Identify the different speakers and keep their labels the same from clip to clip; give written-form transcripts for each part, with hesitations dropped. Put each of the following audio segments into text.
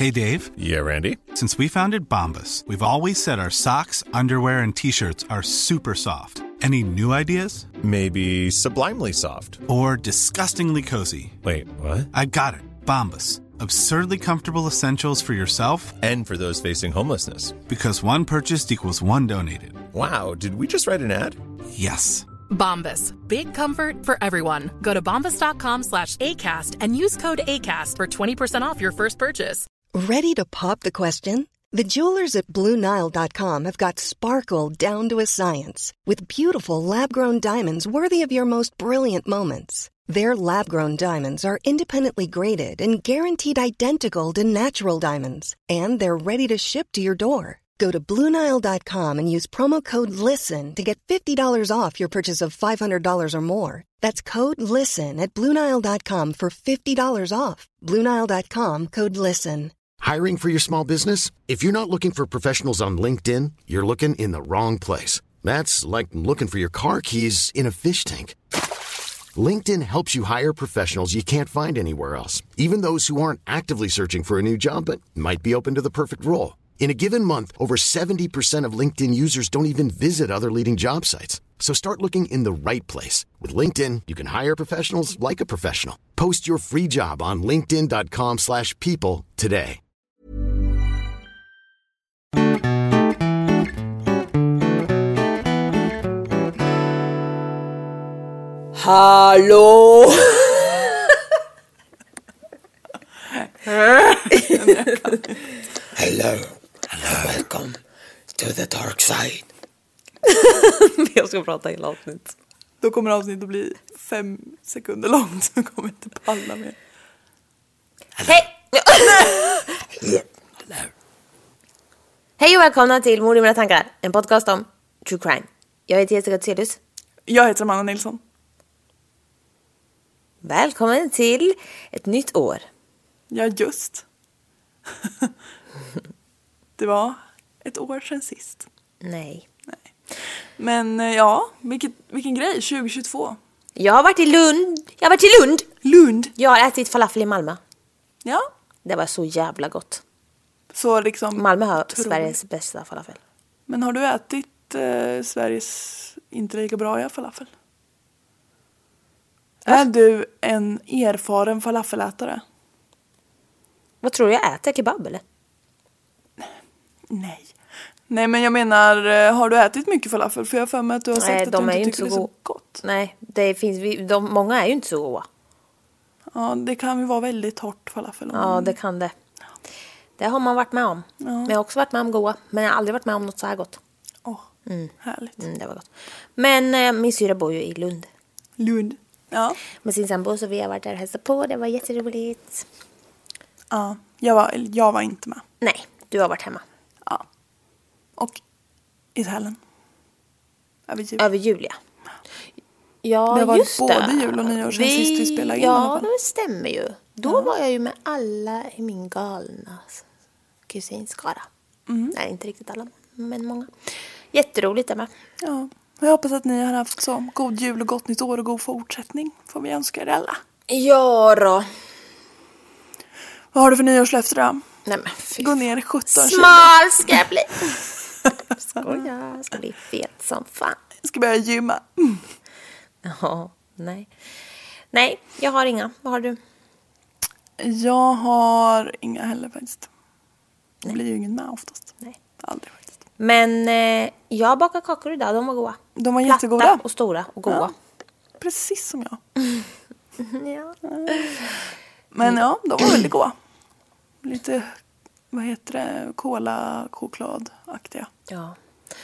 Speaker 1: Hey, Dave.
Speaker 2: Yeah, Randy.
Speaker 1: Since we founded Bombas, we've always said our socks, underwear, and T-shirts are super soft. Any new ideas?
Speaker 2: Maybe sublimely soft.
Speaker 1: Or disgustingly cozy?
Speaker 2: Wait, what?
Speaker 1: I got it. Bombas. Absurdly comfortable essentials for yourself
Speaker 2: And for those facing homelessness.
Speaker 1: Because one purchased equals one donated.
Speaker 2: Wow, did we just write an ad?
Speaker 1: Yes.
Speaker 3: Bombas. Big comfort for everyone. Go to bombas.com/ACAST and use code ACAST for 20% off your first purchase.
Speaker 4: Ready to pop the question? The jewelers at BlueNile.com have got sparkle down to a science with beautiful lab-grown diamonds worthy of your most brilliant moments. Their lab-grown diamonds are independently graded and guaranteed identical to natural diamonds, and they're ready to ship to your door. Go to BlueNile.com and use promo code LISTEN to get $50 off your purchase of $500 or more. That's code LISTEN at BlueNile.com for $50 off. BlueNile.com, code LISTEN.
Speaker 5: Hiring for your small business? If you're not looking for professionals on LinkedIn, you're looking in the wrong place. That's like looking for your car keys in a fish tank. LinkedIn helps you hire professionals you can't find anywhere else, even those who aren't actively searching for a new job but might be open to the perfect role. In a given month, over 70% of LinkedIn users don't even visit other leading job sites. So start looking in the right place. With LinkedIn, you can hire professionals like a professional. Post your free job on linkedin.com/people today.
Speaker 6: Hallå! Hello, welcome to the dark side. Jag ska prata hela avsnitt.
Speaker 7: Då kommer avsnittet att bli 5 sekunder långt, så kommer jag inte palla mer.
Speaker 6: Hej! Hej och välkomna till Mord i mina tankar, en podcast om true crime. Jag heter Jessica Tselius.
Speaker 7: Jag heter Amanda Nilsson.
Speaker 6: Välkommen till ett nytt år.
Speaker 7: Ja, just. Det var ett år sedan sist.
Speaker 6: Nej.
Speaker 7: Men ja, vilken grej, 2022.
Speaker 6: Jag har varit i Lund.
Speaker 7: Lund?
Speaker 6: Jag har ätit falafel i Malmö.
Speaker 7: Ja.
Speaker 6: Det var så jävla gott.
Speaker 7: Så liksom
Speaker 6: Malmö har Sveriges bästa falafel.
Speaker 7: Men har du ätit Sveriges inte lika bra falafel? Va? Är du en erfaren falafelätare?
Speaker 6: Vad tror du, jag äter kebab eller?
Speaker 7: Nej, men jag menar, har du ätit mycket falafel? För jag har för mig att du har sagt att du inte tycker det är så gott.
Speaker 6: Nej, det finns, många är ju inte så goda.
Speaker 7: Ja, det kan ju vara väldigt hårt falafel.
Speaker 6: Ja, det kan det. Det har man varit med om. Ja. Men jag har också varit med om goda. Men jag har aldrig varit med om något så här gott.
Speaker 7: Härligt.
Speaker 6: Det var gott. Men min syra bor ju i Lund.
Speaker 7: Ja.
Speaker 6: Med sin sambo, så vi har varit där och hälsat på. Det var jätteroligt.
Speaker 7: Ja, jag var inte med.
Speaker 6: Nej, du har varit hemma.
Speaker 7: Ja. Och i helgen.
Speaker 6: Över jul, ja. Ja,
Speaker 7: det var
Speaker 6: just
Speaker 7: både jul och nyår sen sist vi spelade in.
Speaker 6: Ja, det stämmer ju. Då var jag ju med alla i min galna kusinskara. Nej, inte riktigt alla, men många. Jätteroligt det med.
Speaker 7: Ja, jag hoppas att ni har haft så god jul och gott nytt år och god fortsättning. Får vi önska er alla.
Speaker 6: Ja då.
Speaker 7: Vad har du för nyårslöfte då?
Speaker 6: Nej men fy.
Speaker 7: Gå ner 17 kilo.
Speaker 6: Smal ska jag bli. Jag ska bli fet som fan.
Speaker 7: Jag ska börja gymma.
Speaker 6: Ja, nej. Nej, jag har inga. Vad har du?
Speaker 7: Jag har inga heller faktiskt. Det blir ju ingen med oftast.
Speaker 6: Nej.
Speaker 7: Aldrig faktiskt.
Speaker 6: Men jag bakade kakor idag, de var goda.
Speaker 7: De var
Speaker 6: platta
Speaker 7: jättegoda.
Speaker 6: Och stora och goda.
Speaker 7: Ja, precis som jag.
Speaker 6: Ja.
Speaker 7: Men ja, de var väldigt goda. Lite, vad heter det, kola-chokladaktiga.
Speaker 6: Ja.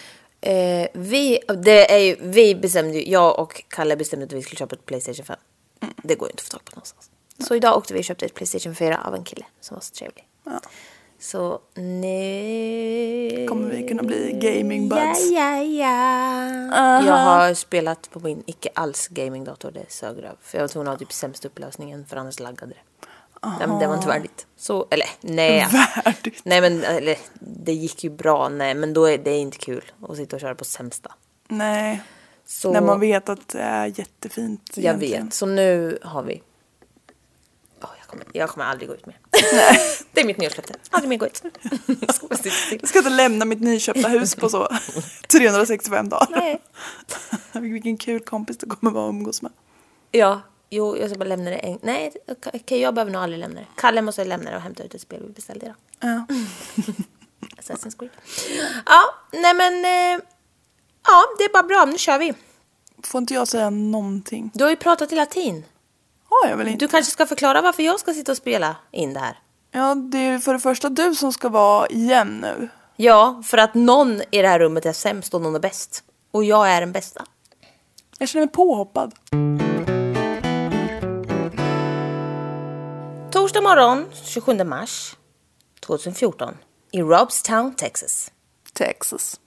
Speaker 6: Vi bestämde, jag och Kalle bestämde att vi skulle köpa ett PlayStation 5. Det går ju inte att få tag på någonstans. Så idag åkte vi och köpte ett PlayStation 4 av en kille som var så trevlig.
Speaker 7: Ja.
Speaker 6: Så nu
Speaker 7: kommer vi kunna bli gaming buds.
Speaker 6: Ja. Jag har spelat på min icke alls gamingdator, det sög röv. För jag var tvungen att ha typ sämst upplösningen, för annars laggade det. Nej, men det var inte värdigt. Så, eller, nej.
Speaker 7: Värdigt?
Speaker 6: Nej, men eller, det gick ju bra. Nej, men då är det inte kul att sitta och köra på sämsta.
Speaker 7: Nej,
Speaker 6: så,
Speaker 7: när man vet att det är jättefint.
Speaker 6: Jag vet, så nu har vi... jag Jag kommer aldrig gå ut mer. Det är mitt nyårslöfte. Aldrig mer gå ut.
Speaker 7: Jag ska inte lämna mitt nyköpta hus på så 365 dagar.
Speaker 6: Nej.
Speaker 7: Vilken kul kompis det kommer vara att umgås med.
Speaker 6: Ja, jo, jag ska bara lämna det. Nej, okej, jag behöver nog aldrig lämna det. Kalle måste lämna det och hämta ut ett spel vi beställde idag.
Speaker 7: Ja.
Speaker 6: Assassin's Creed. Ja, nej men... ja, det är bara bra. Nu kör vi.
Speaker 7: Får inte jag säga någonting?
Speaker 6: Du har ju pratat i latin.
Speaker 7: Ja, jag vill inte.
Speaker 6: Du kanske ska förklara varför jag ska sitta och spela in det här.
Speaker 7: Ja, det är för det första du som ska vara igen nu.
Speaker 6: Ja, för att någon i det här rummet är sämst och någon är bäst. Och jag är den bästa.
Speaker 7: Jag känner mig påhoppad.
Speaker 6: Torsdag morgon, 27 mars 2014 i Robstown, Texas.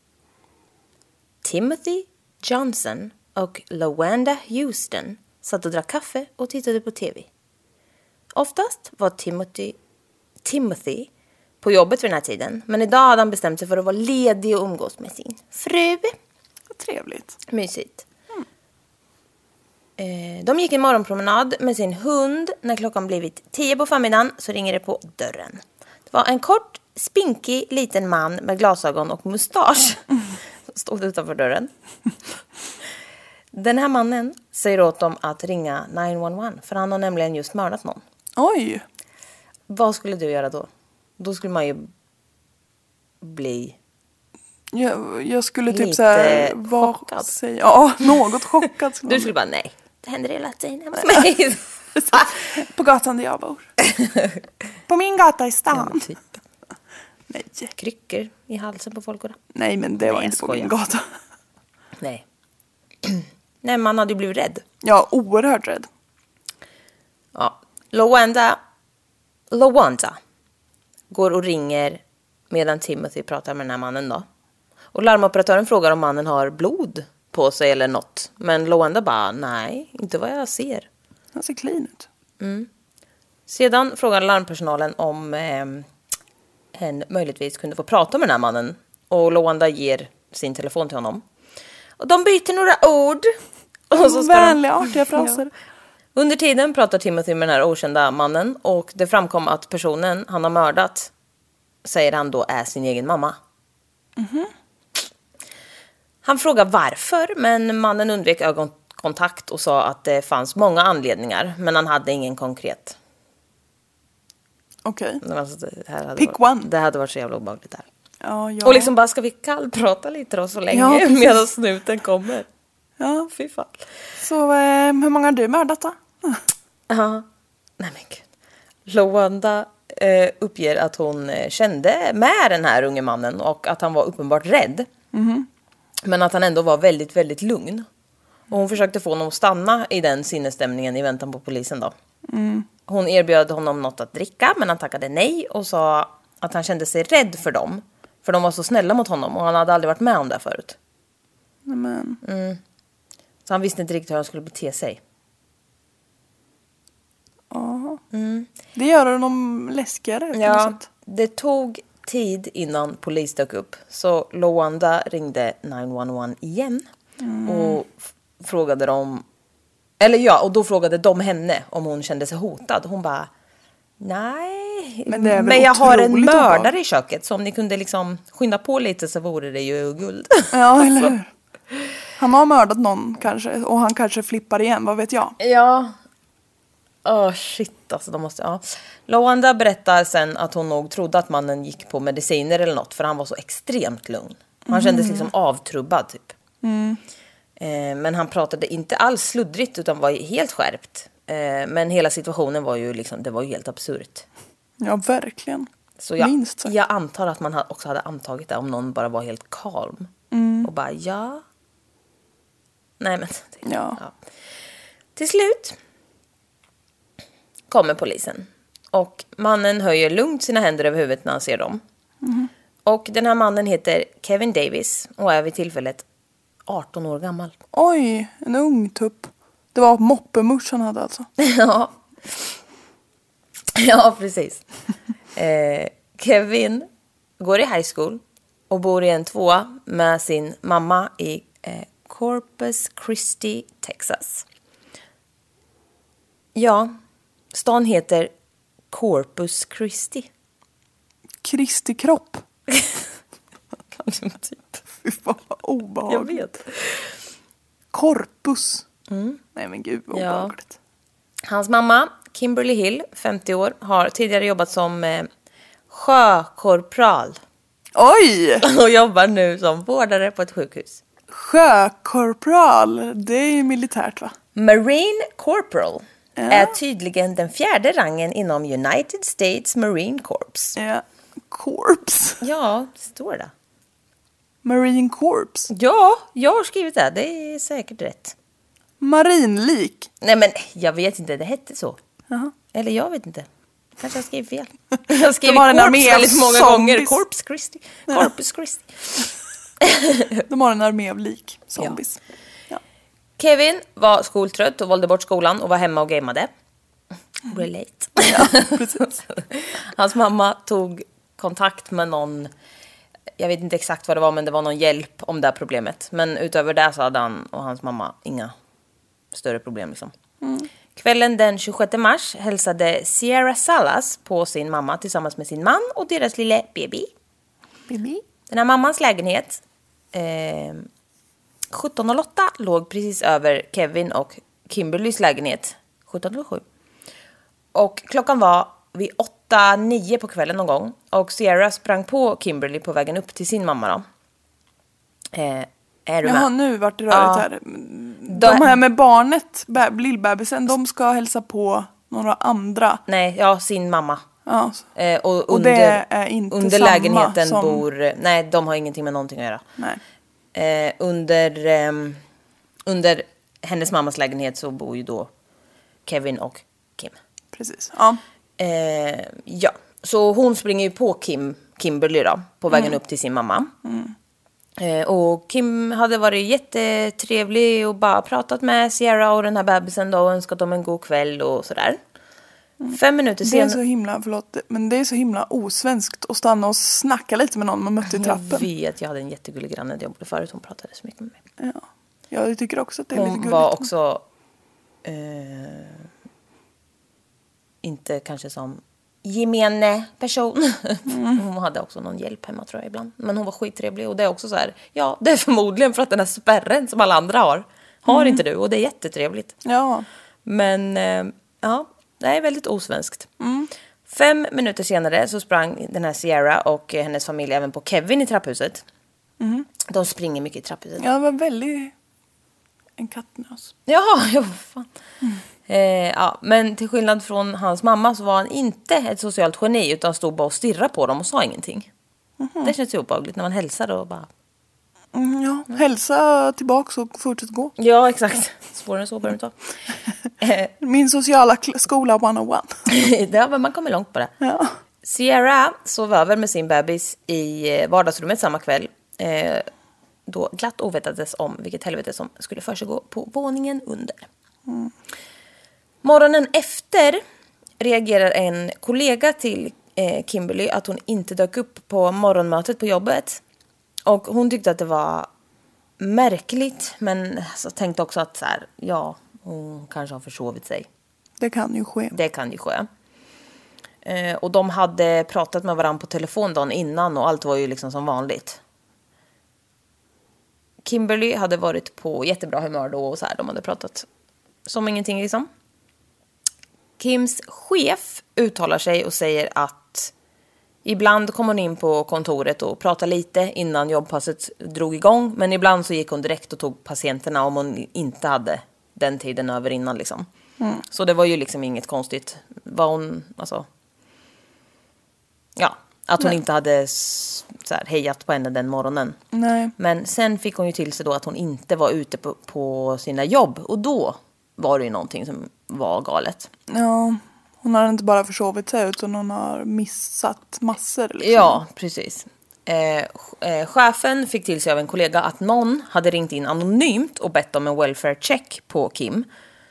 Speaker 6: Timothy Johnson och LaWanda Houston satt och drack kaffe och tittade på tv. Oftast var Timothy på jobbet vid den här tiden, men idag hade han bestämt sig för att vara ledig och umgås med sin fru.
Speaker 7: Trevligt.
Speaker 6: Mysigt. De gick en morgonpromenad med sin hund. När klockan blivit 10 på förmiddagen så ringer det på dörren. Det var en kort, spinkig liten man med glasögon och mustasch som stod utanför dörren. Den här mannen säger åt dem att ringa 911 för han har nämligen just mördat någon.
Speaker 7: Oj.
Speaker 6: Vad skulle du göra då? Då skulle man ju bli...
Speaker 7: Jag skulle typ
Speaker 6: lite
Speaker 7: så här
Speaker 6: chockad.
Speaker 7: Ja, något chockad.
Speaker 6: Du skulle bara, nej, det händer hela tiden hemma hos mig.
Speaker 7: På gatan där jag bor. På min gata i stan.
Speaker 6: Ja, typ.
Speaker 7: Nej.
Speaker 6: Kryckor i halsen på folk.
Speaker 7: Nej, men det var inte på min gata.
Speaker 6: Nej. Nej, man hade ju blivit rädd.
Speaker 7: Ja, oerhört rädd.
Speaker 6: Ja. LaWanda går och ringer medan Timothy pratar med den här mannen då. Och larmoperatören frågar om mannen har blod på sig eller något. Men LaWanda bara, nej, inte vad jag ser.
Speaker 7: Han ser clean ut.
Speaker 6: Sedan frågar larmpersonalen om hen möjligtvis kunde få prata med den här mannen. Och LaWanda ger sin telefon till honom. Och de byter några ord. Och så ska
Speaker 7: vänliga, artiga fraser.
Speaker 6: Ja. Under tiden pratar Timothy med den här okända mannen. Och det framkom att personen han har mördat, säger han då, är sin egen mamma. Han frågar varför, men mannen undvek ögonkontakt och sa att det fanns många anledningar. Men han hade ingen konkret.
Speaker 7: Okej.
Speaker 6: Alltså,
Speaker 7: Pick one.
Speaker 6: Det hade varit så jävla obehagligt där.
Speaker 7: Ja.
Speaker 6: Och liksom bara, ska vi kallprata lite då så länge medan snuten kommer?
Speaker 7: Ja.
Speaker 6: Fy fan.
Speaker 7: Så hur många har du mördat då?
Speaker 6: Ja. Nej men gud. LaWanda uppger att hon kände med den här unge mannen och att han var uppenbart rädd. Men att han ändå var väldigt, väldigt lugn. Och hon försökte få honom att stanna i den sinnesstämningen i väntan på polisen då. Hon erbjöd honom något att dricka, men han tackade nej och sa att han kände sig rädd för dem. För de var så snälla mot honom och han hade aldrig varit med om det förut.
Speaker 7: Amen.
Speaker 6: Så han visste inte riktigt hur han skulle bete sig.
Speaker 7: Ja. Det gör honom läskigare på något sätt.
Speaker 6: Det tog tid innan polis dök upp. Så LaWanda ringde 911 igen. Och frågade dem... och då frågade de henne om hon kände sig hotad. Hon bara, nej. Men jag har en mördare i köket. Så om ni kunde liksom skynda på lite så vore det ju guld.
Speaker 7: Ja, eller hur? Han har mördat någon kanske. Och han kanske flippar igen, vad vet jag?
Speaker 6: Ja. Shit, alltså de måste... Ja. LaWanda berättar sen att hon nog trodde att mannen gick på mediciner eller något. För han var så extremt lugn. Han kändes liksom avtrubbad typ. Men han pratade inte alls sluddrigt utan var helt skärpt. Men hela situationen var ju liksom, det var ju helt absurt.
Speaker 7: Ja, verkligen.
Speaker 6: Så jag antar att man också hade antagit det om någon bara var helt calm. Och bara, ja. Nej men.
Speaker 7: Ja.
Speaker 6: Till slut kommer polisen. Och mannen höjer lugnt sina händer över huvudet när han ser dem. Och den här mannen heter Kevin Davis och är vid tillfället 18 år gammal.
Speaker 7: Oj, en ung tupp. Det var moppemusch han hade alltså.
Speaker 6: Ja, precis. Kevin går i high school och bor i en tvåa med sin mamma i Corpus Christi, Texas. Ja, Stan heter Corpus Christi.
Speaker 7: Kristi kropp.
Speaker 6: Kanske typ.
Speaker 7: Fy fan vad obehagligt.
Speaker 6: Jag vet.
Speaker 7: Corpus. Nej men gud vad obehagligt.
Speaker 6: Hans mamma, Kimberly Hill, 50 år, har tidigare jobbat som sjökorpral.
Speaker 7: Oj!
Speaker 6: Och jobbar nu som vårdare på ett sjukhus.
Speaker 7: Sjökorpral, det är ju militärt va?
Speaker 6: Marine Corporal är tydligen den 4:e rangen inom United States Marine Corps.
Speaker 7: Ja, Corps.
Speaker 6: Ja, det står det.
Speaker 7: Marine Corps.
Speaker 6: Ja, jag har skrivit det. Det är säkert rätt.
Speaker 7: Marinlik.
Speaker 6: Nej men, jag vet inte, det hette så.
Speaker 7: Jaha.
Speaker 6: Eller jag vet inte. Kanske jag skrev fel. Jag skrev
Speaker 7: har en
Speaker 6: Corps
Speaker 7: armé av
Speaker 6: väldigt många
Speaker 7: zombies.
Speaker 6: gånger. Corpus Christi. Corpus Christi.
Speaker 7: De har en armé av lik. Zombies. Ja.
Speaker 6: Kevin var skoltrött och valde bort skolan och var hemma och gameade. Relate.
Speaker 7: Ja, precis.
Speaker 6: Hans mamma tog kontakt med någon, jag vet inte exakt vad det var, men det var någon hjälp om det här problemet. Men utöver det så hade han och hans mamma inga större problem liksom. Kvällen den 26 mars hälsade Sierra Salas på sin mamma tillsammans med sin man och deras lilla baby. Den här mammans lägenhet 1708 låg precis över Kevin och Kimberlys lägenhet 1707. Och klockan var vid 8-9 på kvällen någon gång. Och Sierra sprang på Kimberly på vägen upp till sin mamma då. Är du
Speaker 7: Jag har
Speaker 6: med?
Speaker 7: nu varit rörigt här. De här med barnet, lillbebisen, de ska hälsa på några andra.
Speaker 6: Nej, ja, sin mamma.
Speaker 7: Ja.
Speaker 6: Och
Speaker 7: Och det är inte
Speaker 6: under
Speaker 7: samma
Speaker 6: lägenheten
Speaker 7: som...
Speaker 6: bor... Nej, de har ingenting med någonting att göra.
Speaker 7: Nej.
Speaker 6: Under hennes mammas lägenhet så bor ju då Kevin och Kim.
Speaker 7: Precis, ja.
Speaker 6: Ja, så hon springer ju på Kimberly då, på vägen upp till sin mamma. Och Kim hade varit jättetrevlig och bara pratat med Sierra och den här bebisen då och önskat dem en god kväll och sådär. 5 minuter
Speaker 7: Det
Speaker 6: senare...
Speaker 7: är så himla, förlåt, men det är så himla osvenskt att stanna och snacka lite med någon man mötte i trappen.
Speaker 6: Jag vet, jag hade en jättegullig granne där jag bodde förut, hon pratade så mycket med mig.
Speaker 7: Ja, jag tycker också att det är lite
Speaker 6: Hon
Speaker 7: gulligt.
Speaker 6: var också inte kanske som gemene person. Hon hade också någon hjälp hemma tror jag ibland. Men hon var skittrevlig och det är också så här, ja, det är förmodligen för att den här spärren som alla andra har inte du och det är jättetrevligt.
Speaker 7: Ja.
Speaker 6: Men ja, det är väldigt osvenskt. 5 minuter senare så sprang den här Sierra och hennes familj även på Kevin i trapphuset. De springer mycket i trapphuset.
Speaker 7: Ja, det var väldigt en kattnös.
Speaker 6: Ja, fan. Ja, men till skillnad från hans mamma så var han inte ett socialt geni utan stod bara och stirrade på dem och sa ingenting. Det känns ju obehagligt när man hälsar och bara...
Speaker 7: Ja, hälsa tillbaka och fortsätt gå.
Speaker 6: Ja, exakt. Svårare än så bör det ta.
Speaker 7: Min sociala skola 101.
Speaker 6: Ja, men man kommer långt på det.
Speaker 7: Ja.
Speaker 6: Sierra sov över med sin bebis i vardagsrummet samma kväll. Då glatt ovetades om vilket helvete som skulle försiggå på våningen under. Morgonen efter reagerar en kollega till Kimberly att hon inte dök upp på morgonmötet på jobbet. Och hon tyckte att det var märkligt, men så tänkte också att så här, ja, hon kanske har försovit sig.
Speaker 7: Det kan ju ske.
Speaker 6: Det kan ju ske. Och de hade pratat med varandra på telefon dagen innan och allt var ju liksom som vanligt. Kimberly hade varit på jättebra humör då och så här, de hade pratat som ingenting liksom. Kims chef uttalar sig och säger att ibland kom hon in på kontoret och pratade lite innan jobbpasset drog igång. Men ibland så gick hon direkt och tog patienterna om hon inte hade den tiden över innan liksom. Så det var ju liksom inget konstigt. Var hon, alltså... Ja, att hon inte hade så här, hejat på henne den morgonen.
Speaker 7: Nej.
Speaker 6: Men sen fick hon ju till sig då att hon inte var ute på sina jobb. Och då var det ju någonting som var galet.
Speaker 7: Ja, hon har inte bara försovit sig utan hon har missat massor. Liksom.
Speaker 6: Ja, precis. Chefen fick till sig av en kollega att någon hade ringt in anonymt och bett om en welfare check på Kim.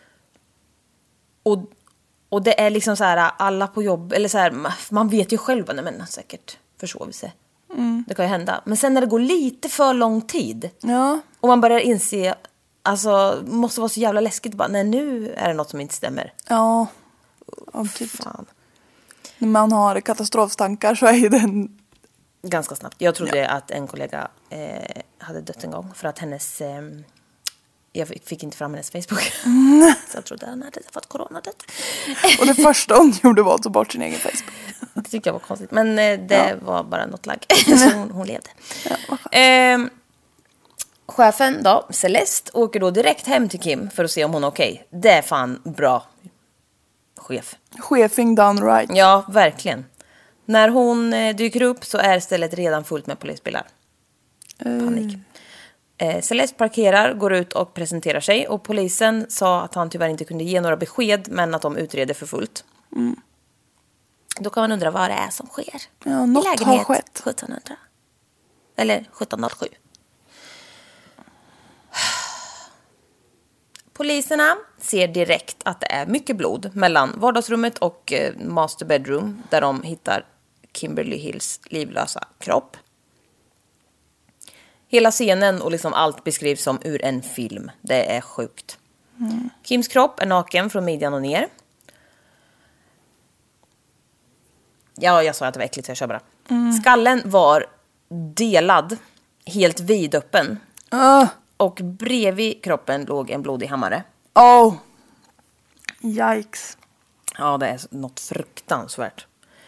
Speaker 6: Och det är liksom så här, alla på jobb, eller så här, man vet ju själv, nej men säkert försovit sig. Det kan ju hända. Men sen när det går lite för lång tid och man börjar inse, alltså måste vara så jävla läskigt bara, nej nu är det något som inte stämmer.
Speaker 7: Ja,
Speaker 6: fan.
Speaker 7: När man har katastroftankar så är ju den...
Speaker 6: Ganska snabbt. Jag trodde att en kollega hade dött en gång för att hennes... jag fick inte fram hennes Facebook. Så jag trodde att han hade fått corona dött.
Speaker 7: Och det första hon gjorde var att ta bort sin egen Facebook.
Speaker 6: Det tyckte jag var konstigt. Men det var bara något lagg. Så hon levde. Chefen då, Celeste, åker då direkt hem till Kim för att se om hon är okej. Det är fan bra chef.
Speaker 7: Chefing done right.
Speaker 6: Ja, verkligen. När hon dyker upp så är stället redan fullt med polisbilar. Panik. Celeste parkerar, går ut och presenterar sig. Och polisen sa att han tyvärr inte kunde ge några besked, men att de utreder för fullt. Då kan man undra vad det är som sker.
Speaker 7: Ja, något
Speaker 6: i lägenhet
Speaker 7: har skett.
Speaker 6: 1700. Eller 1707. Poliserna ser direkt att det är mycket blod mellan vardagsrummet och master bedroom, där de hittar Kimberly Hills livlösa kropp. Hela scenen och liksom allt beskrivs som ur en film. Det är sjukt. Kims kropp är naken från midjan och ner. Ja, jag sa att det var äckligt så jag kör bara. Skallen var delad, helt vidöppen. Och bredvid kroppen låg en blodig hammare.
Speaker 7: Yikes.
Speaker 6: Ja, det är något fruktansvärt.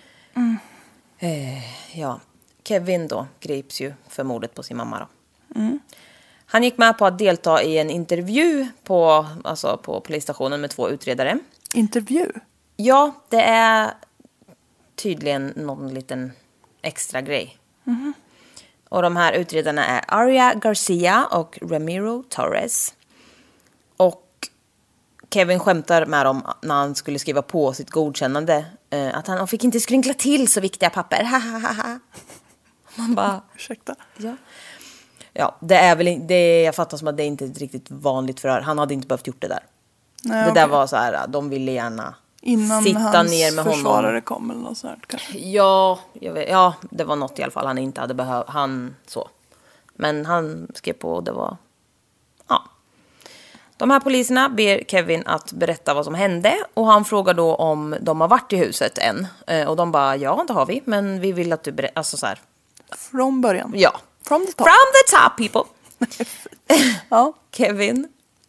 Speaker 6: Ja, Kevin då grips ju för mordet på sin mamma då. Han gick med på att delta i en intervju på polisstationen med 2 utredare.
Speaker 7: Intervju?
Speaker 6: Ja, det är tydligen någon liten extra grej. Och de här utredarna är Aria Garcia och Ramiro Torres. Och Kevin skämtar med dem när han skulle skriva på sitt godkännande. Att han fick inte skrynkla till så viktiga papper. Man bara...
Speaker 7: Ursäkta.
Speaker 6: Ja, det är väl det, jag fattar som att det inte är riktigt vanligt för han hade inte behövt gjort det där.
Speaker 7: Nej,
Speaker 6: det där var så här, de ville gärna
Speaker 7: innan
Speaker 6: sitta ner med honom.
Speaker 7: Försvarare kom eller något sånt kanske.
Speaker 6: Ja, jag vet, ja, det var något i alla fall han inte hade behövt, han så. Men han skrev på och det var, ja. De här poliserna ber Kevin att berätta vad som hände och han frågar då om de har varit i huset än. Och de bara, ja det har vi, men vi vill att du berättar, alltså så här.
Speaker 7: Från början?
Speaker 6: Ja.
Speaker 7: From the top.
Speaker 6: From the top, people.
Speaker 7: Ja.
Speaker 6: Kevin.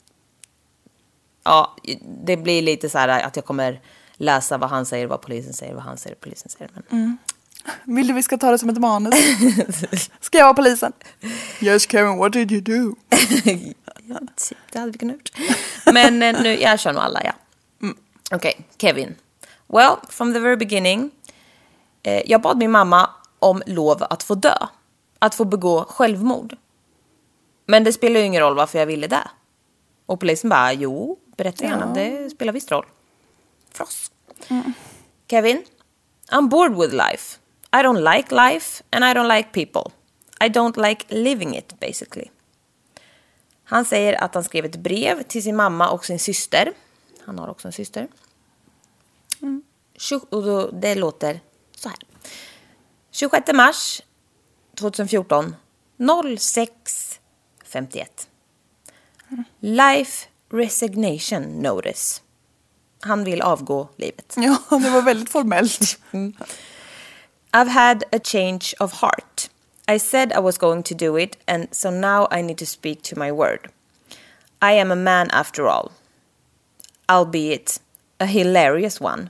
Speaker 6: Ja, det blir lite så här att jag kommer läsa vad han säger, vad polisen säger, vad han säger, polisen säger. Men...
Speaker 7: Vill du vi ska ta det som ett manus? Ska jag vara polisen? Yes, Kevin, what did you do?
Speaker 6: Ja, det hade vi kunnat gjort. Men nu, jag kör nog alla, ja. Okej, Kevin. Well, from the very beginning. Jag bad min mamma om lov att få dö. Att få begå självmord. Men det spelar ju ingen roll varför jag ville det. Och polisen bara, jo, berätta gärna. Det spelar visst roll. För oss. Kevin, I'm bored with life. I don't like life and I don't like people. I don't like living it, basically. Han säger att han skrev ett brev till sin mamma och sin syster. Han har också en syster. Och det låter så här. 26 mars 2014 06:51. Life resignation notice. Han vill avgå livet.
Speaker 7: Ja, det var väldigt formellt.
Speaker 6: I've had a change of heart. I said I was going to do it and so now I need to speak to my word. I am a man after all. Albeit a hilarious one.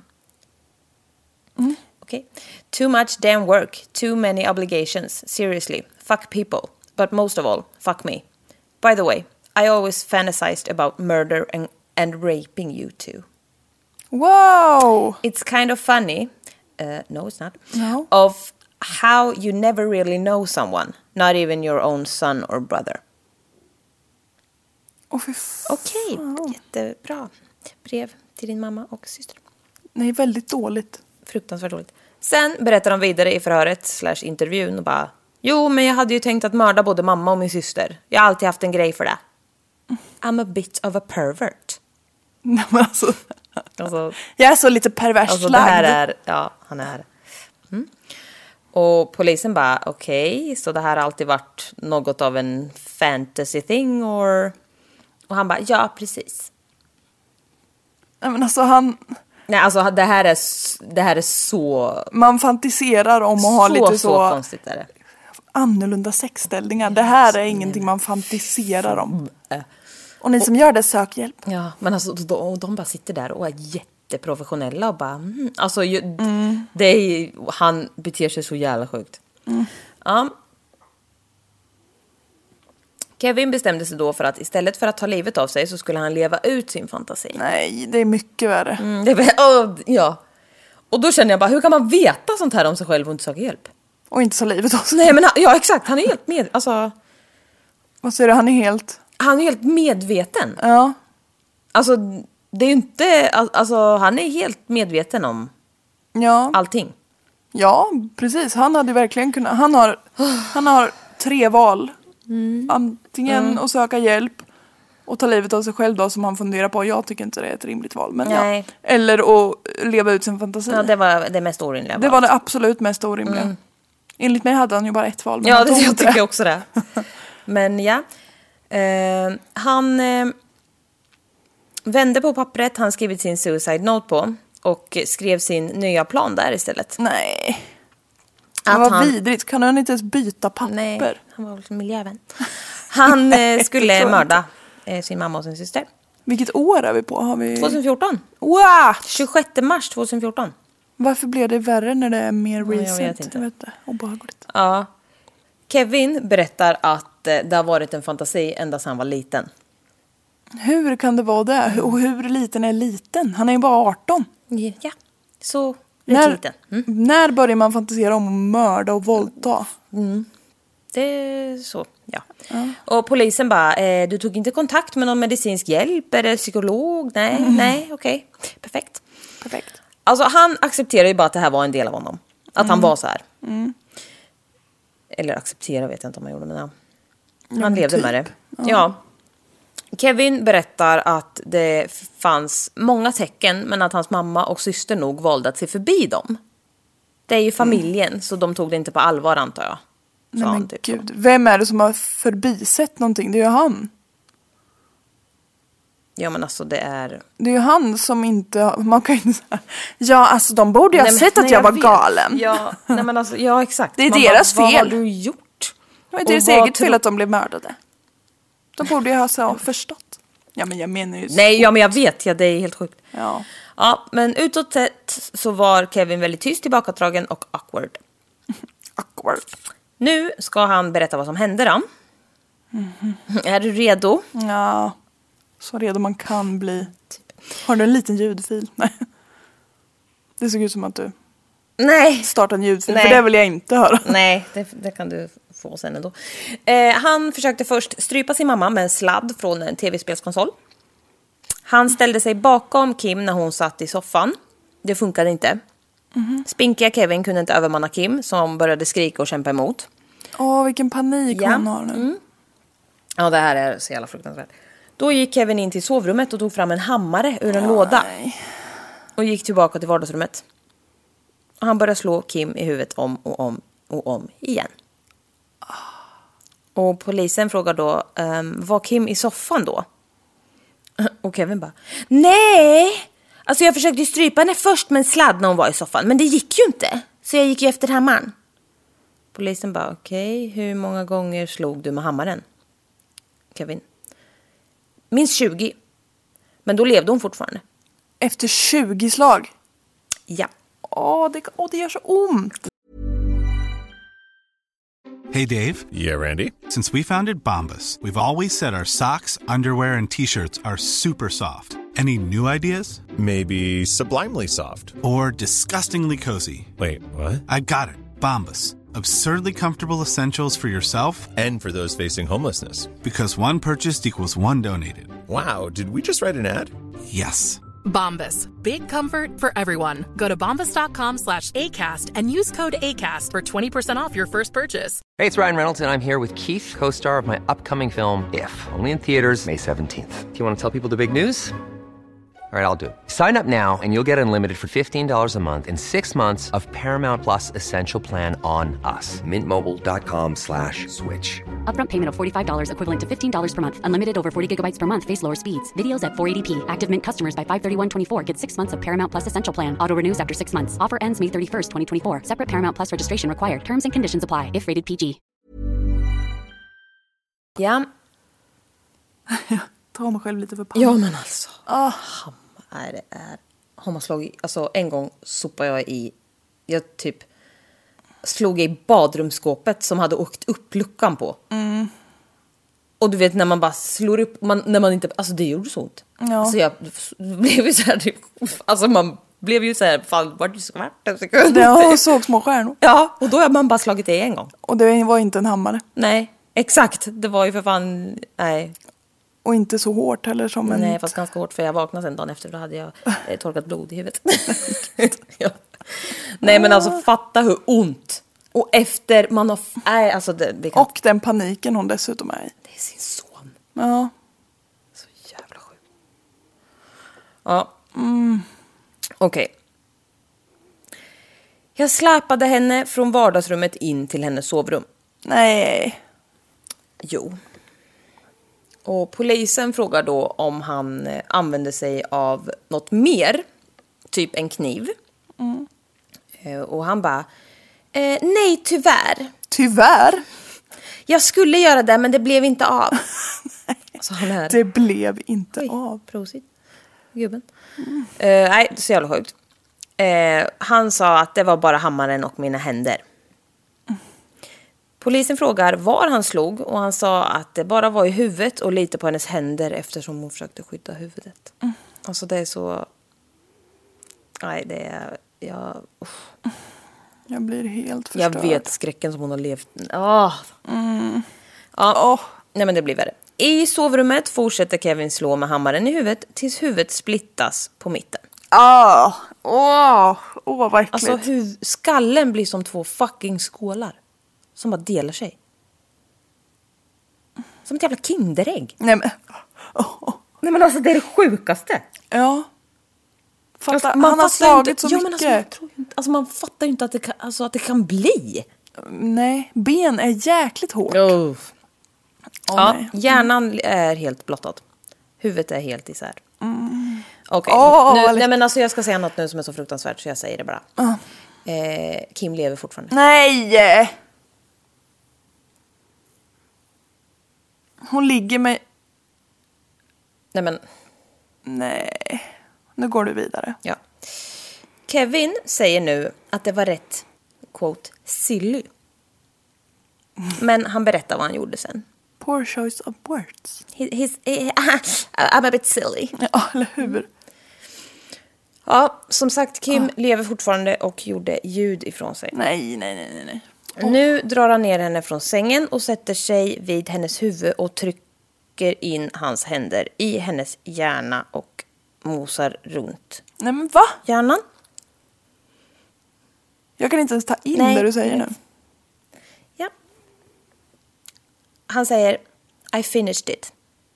Speaker 6: Okay. Too much damn work, too many obligations. Seriously, fuck people. But most of all, fuck me. By the way, I always fantasized about murder and raping you too.
Speaker 7: Wow!
Speaker 6: It's kind of funny. No, it's not.
Speaker 7: No.
Speaker 6: Of how you never really know someone, not even your own son or brother. Okej, jättebra. Brev till din mamma och syster.
Speaker 7: Nej, väldigt dåligt.
Speaker 6: Fruktansvärt dåligt. Sen berättar de vidare i förhöret / intervjun och bara, jo, men jag hade ju tänkt att mörda både mamma och min syster. Jag har alltid haft en grej för det. I'm a bit of a pervert.
Speaker 7: Nej, men alltså, jag är så lite pervers
Speaker 6: alltså det här är, ja, han är. Och polisen bara, okej, så det här har alltid varit något av en fantasy thing or... Och han bara, ja, precis.
Speaker 7: Nej, men alltså han
Speaker 6: Nej, alltså det här är så...
Speaker 7: Man fantiserar om att ha lite så
Speaker 6: konstigt är det.
Speaker 7: Annorlunda sexställningar. Det här är ingenting man fantiserar om. Och ni som gör det, sök hjälp.
Speaker 6: Ja, men alltså de bara sitter där och är jätteprofessionella och bara... det är, han beter sig så jävla sjukt. Ja. Kevin bestämde sig då för att istället för att ta livet av sig så skulle han leva ut sin fantasi.
Speaker 7: Nej, det är mycket värre.
Speaker 6: Ja. Och då känner jag bara, hur kan man veta sånt här om sig själv och inte söka hjälp?
Speaker 7: Och inte ta livet av sig.
Speaker 6: Nej, men ja, exakt. Han är helt
Speaker 7: Vad säger du? Han är helt
Speaker 6: medveten.
Speaker 7: Ja.
Speaker 6: Alltså, det är ju inte... Alltså, han är helt medveten om allting.
Speaker 7: Ja, precis. Han hade verkligen kunnat... Han har 3 val. Antingen att söka hjälp och ta livet av sig själv då, som han funderar på. Jag tycker inte det är ett rimligt val. Men
Speaker 6: nej.
Speaker 7: Ja. Eller att leva ut sin fantasi.
Speaker 6: Ja, det var det mest orimliga.
Speaker 7: Det var det absolut mest orimliga. Enligt mig hade han ju bara ett val. Men
Speaker 6: ja, jag tycker också det. Men ja. Han vände på pappret han skrivit sin suicide note på och skrev sin nya plan där istället.
Speaker 7: Nej. Det var vidrigt. Kan han inte ens byta papper?
Speaker 6: Nej, han var väl miljövän. Han skulle mörda sin mamma och sin syster.
Speaker 7: Vilket år är vi på?
Speaker 6: 2014.
Speaker 7: Wow!
Speaker 6: 26 mars 2014.
Speaker 7: Varför blev det värre när det är mer recent?
Speaker 6: Jag vet inte.
Speaker 7: Obehagligt.
Speaker 6: Ja. Kevin berättar att det har varit en fantasi ända sedan han var liten.
Speaker 7: Hur kan det vara det? Och hur liten är liten? Han är ju bara 18.
Speaker 6: Ja, så liten.
Speaker 7: När börjar man fantisera om att mörda och våldta?
Speaker 6: Det är så, ja. Och polisen bara, du tog inte kontakt med någon medicinsk hjälp? Är det psykolog? Nej, okej. Perfekt. Alltså han accepterar ju bara att det här var en del av honom. Att han var så här. Eller acceptera vet jag inte om han gjorde, men han levde med det. Ja. Kevin berättar att det fanns många tecken, men att hans mamma och syster nog valde att se förbi dem. Det är ju familjen, så de tog det inte på allvar, antar jag.
Speaker 7: Nej, men typ gud. Vem är det som har förbisett någonting? Det är ju han.
Speaker 6: Ja, men alltså det är
Speaker 7: ju han som inte... Man kan inte säga... Ja, alltså de borde ju ha sett att jag var galen.
Speaker 6: Ja, nej, men alltså, ja, exakt.
Speaker 7: Det är deras fel.
Speaker 6: Vad har du gjort?
Speaker 7: Det är deras eget fel att de blev mördade. De borde ju ha så förstått. Ja, men jag menar ju...
Speaker 6: Nej, ja, men jag vet. Ja, det är helt sjukt.
Speaker 7: Ja,
Speaker 6: men utåt sett så var Kevin väldigt tyst, tillbakadragen och awkward. Nu ska han berätta vad som hände då. Är du redo?
Speaker 7: Ja, så redo man kan bli. Har du en liten ljudfil? Nej. Det såg ut som att du startade en ljudfil. Nej. För det vill jag inte höra.
Speaker 6: Nej, det kan du få sen ändå. Han försökte först strypa sin mamma med en sladd från en tv-spelskonsol. Han ställde sig bakom Kim när hon satt i soffan. Det funkade inte. Spinkiga Kevin kunde inte övermanna Kim, som började skrika och kämpa emot.
Speaker 7: Vilken panik hon har nu.
Speaker 6: Ja, det här är så jävla fruktansvärt. Då gick Kevin in till sovrummet och tog fram en hammare ur en låda. Och gick tillbaka till vardagsrummet. Och han började slå Kim i huvudet om och om igen. Och polisen frågar då, var Kim i soffan då? Och Kevin bara, nej! Alltså jag försökte strypa henne först med en sladd när hon var i soffan. Men det gick ju inte. Så jag gick ju efter hammaren. Polisen bara, okej, hur många gånger slog du med hammaren? Kevin. Minst 20. Men då levde hon fortfarande.
Speaker 7: Efter 20 slag?
Speaker 6: Ja.
Speaker 7: Det gör så ont.
Speaker 1: Hey, Dave.
Speaker 2: Yeah, Randy.
Speaker 1: Since we founded Bombas, we've always said our socks, underwear, and T-shirts are super soft. Any new ideas?
Speaker 2: Maybe sublimely soft.
Speaker 1: Or disgustingly cozy?
Speaker 2: Wait, what?
Speaker 1: I got it. Bombas. Absurdly comfortable essentials for yourself
Speaker 2: And for those facing homelessness.
Speaker 1: Because one purchased equals one donated.
Speaker 2: Wow, did we just write an ad?
Speaker 1: Yes.
Speaker 3: Bombas. Big comfort for everyone. Go to bombas.com/ACAST and use code ACAST for 20% off your first purchase.
Speaker 8: Hey, it's Ryan Reynolds, and I'm here with Keith, co-star of my upcoming film, If, only in theaters May 17th. Do you want to tell people the big news? All right, I'll do it. Sign up now and you'll get unlimited for $15 a month and 6 months of Paramount Plus Essential Plan on us.
Speaker 9: Mintmobile.com/switch.
Speaker 10: Upfront payment of $45 equivalent to $15 per month. Unlimited over 40 gigabytes per month. Face lower speeds. Videos at 480p. Active Mint customers by 531.24 get 6 months of Paramount Plus Essential Plan. Auto renews after 6 months. Offer ends May 31st, 2024. Separate Paramount Plus registration required. Terms and conditions apply if rated PG.
Speaker 6: Ja.
Speaker 7: Ta mig själv lite för pannan.
Speaker 6: Ja, men alltså. Har man slagit... Alltså, en gång sopade jag i... Jag typ slog i badrumsskåpet som hade åkt upp luckan på. Och du vet, när man bara slår upp... när man inte... Alltså, det gjorde så ont.
Speaker 7: Ja.
Speaker 6: Alltså, jag blev ju så här... Typ, alltså, man blev ju så här... Fan, var det svart en sekund?
Speaker 7: Ja, och såg små stjärnor.
Speaker 6: Ja, och då har man bara slagit i en gång.
Speaker 7: Och det var inte en hammare.
Speaker 6: Nej, exakt. Det var ju för fan... Nej.
Speaker 7: Och inte så hårt heller som en...
Speaker 6: Nej, fast ganska hårt, för jag vaknade sen dagen efter. Då hade jag torkat blod i huvudet. Ja. Nej, men alltså fatta hur ont. Och efter man har... Nej, alltså det kan...
Speaker 7: Och den paniken hon dessutom är i.
Speaker 6: Det är sin son.
Speaker 7: Ja.
Speaker 6: Så jävla sjukt. Ja. Okej. Jag släpade henne från vardagsrummet in till hennes sovrum.
Speaker 7: Nej.
Speaker 6: Jo. Och polisen frågar då om han använde sig av något mer, typ en kniv. Och han bara, nej tyvärr.
Speaker 7: Tyvärr?
Speaker 6: Jag skulle göra det, men det blev inte av. Alltså, han är...
Speaker 7: Det blev inte av.
Speaker 6: Prosit, gubben. Nej, det är så jävla sjukt. Han sa att det var bara hammaren och mina händer. Polisen frågar var han slog och han sa att det bara var i huvudet och lite på hennes händer eftersom hon försökte skydda huvudet. Alltså det är så... Nej, det är...
Speaker 7: Jag blir helt förstörd.
Speaker 6: Jag vet skräcken som hon har levt. Ja. Nej, men det blir värre. I sovrummet fortsätter Kevin slå med hammaren i huvudet tills huvudet splittas på mitten.
Speaker 7: Vad äckligt.
Speaker 6: Alltså skallen blir som 2 fucking skålar som bara delar sig. Som ett jävla kinderägg.
Speaker 7: Nej, men...
Speaker 6: Nej, men alltså det är det sjukaste.
Speaker 7: Ja.
Speaker 6: Alltså,
Speaker 7: han har slagit så mycket.
Speaker 6: Men alltså, man fattar ju inte att det kan bli.
Speaker 7: Nej, ben är jäkligt hårt.
Speaker 6: Nej. Hjärnan är helt blottad. Huvudet är helt isär. Okej. Nej, men alltså jag ska säga något nu som är så fruktansvärt så jag säger det bara. Kim lever fortfarande.
Speaker 7: Nej! Hon ligger med...
Speaker 6: Nej, men...
Speaker 7: Nej. Nu går du vidare.
Speaker 6: Ja. Kevin säger nu att det var rätt, quote, silly. Men han berättar vad han gjorde sen.
Speaker 7: Poor choice of words.
Speaker 6: I'm a bit silly.
Speaker 7: Ja, eller hur?
Speaker 6: Ja, som sagt, Kim lever fortfarande och gjorde ljud ifrån sig.
Speaker 7: Nej.
Speaker 6: Nu drar han ner henne från sängen och sätter sig vid hennes huvud och trycker in hans händer i hennes hjärna och mosar runt.
Speaker 7: Nej, men va?
Speaker 6: Hjärnan?
Speaker 7: Jag kan inte ens ta in det du säger nu.
Speaker 6: Ja. Han säger, I finished it.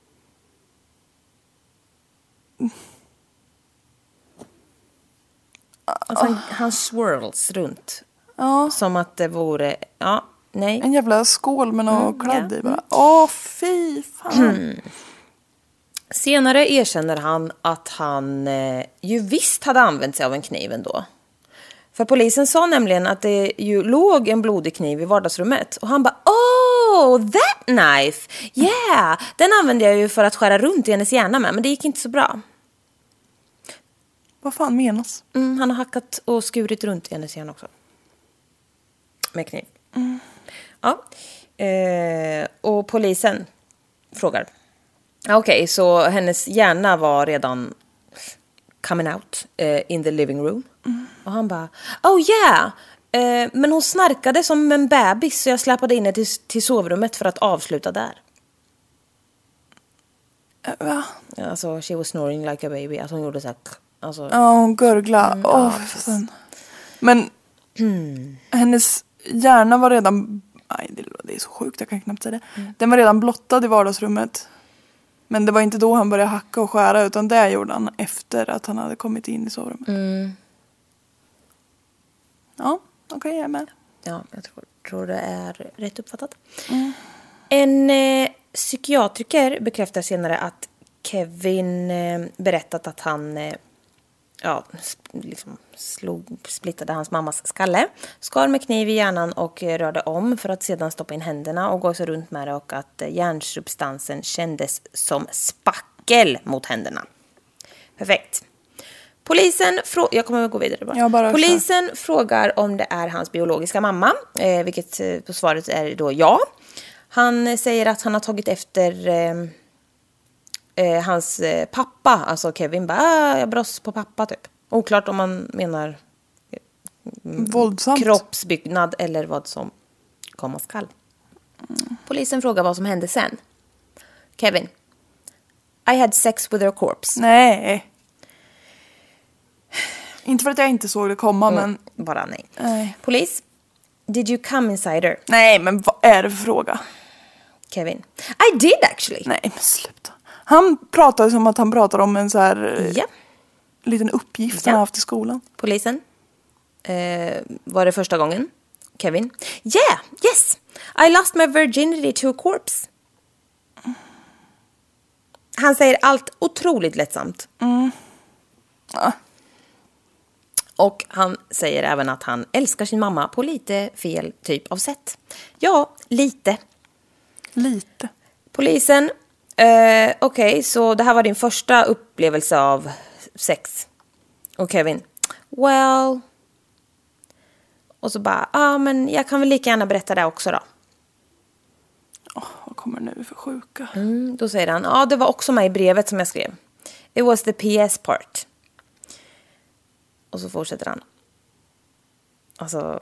Speaker 6: Alltså han swirls runt. Som att det vore... Ja, nej.
Speaker 7: En jävla skål med något kladd i bara. Fy fan.
Speaker 6: Senare erkänner han att han ju visst hade använt sig av en kniv ändå. För polisen sa nämligen att det ju låg en blodig kniv i vardagsrummet. Och han bara, that knife! Yeah! Den använde jag ju för att skära runt i hennes hjärna med, men det gick inte så bra.
Speaker 7: Vad fan menas?
Speaker 6: Han har hackat och skurit runt i hennes hjärna också. Med kniv. Ja. Och polisen frågar. Okej, så hennes hjärna var redan coming out in the living room. Och han bara, men hon snarkade som en bebis så jag släpade in henne till sovrummet för att avsluta där.
Speaker 7: Va?
Speaker 6: Alltså, she was snoring like a baby. Alltså hon gjorde så här. Alltså,
Speaker 7: hon gurglade. Men hennes hjärna var redan... Nej, det är så sjukt, jag kan knappt säga det. Den var redan blottad i vardagsrummet. Men det var inte då han började hacka och skära, utan det gjorde han efter att han hade kommit in i sovrummet. Ja, okej, jag är med.
Speaker 6: Ja, jag tror det är rätt uppfattat. En psykiatriker bekräftar senare att Kevin berättat att han splittade hans mammas skalle, skar med kniv i hjärnan och rörde om för att sedan stoppa in händerna och gå sig runt med det, och att järnsubstansen kändes som spackel mot händerna. Perfekt. Polisen jag kommer att gå vidare bara. Polisen frågar om det är hans biologiska mamma, vilket på svaret är då ja. Han säger att han har tagit efter hans pappa, alltså Kevin, jag bröst på pappa typ. Oklart om man menar
Speaker 7: våldsamt
Speaker 6: kroppsbyggnad eller vad som komma skall. Polisen frågar vad som hände sen. Kevin: I had sex with her corpse.
Speaker 7: Nej. Inte för att jag inte såg det komma, men
Speaker 6: bara nej. Polis: Did you come inside her?
Speaker 7: Nej, men vad är det för fråga?
Speaker 6: Kevin: I did actually.
Speaker 7: Nej, men sluta. Han pratade som att han pratade om en så här liten uppgift han haft i skolan.
Speaker 6: Polisen: var det första gången? Kevin: Yeah, yes. I lost my virginity to a corpse. Han säger allt otroligt lättsamt.
Speaker 7: Ja.
Speaker 6: Och han säger även att han älskar sin mamma på lite fel typ av sätt. Ja, lite.
Speaker 7: Lite.
Speaker 6: Polisen: okej, så det här var din första upplevelse av sex. Och Kevin: well. Och så bara, men jag kan väl lika gärna berätta det också då.
Speaker 7: Vad kommer nu för sjuka?
Speaker 6: Då säger han, det var också med i brevet som jag skrev. It was the PS part. Och så fortsätter han. Alltså,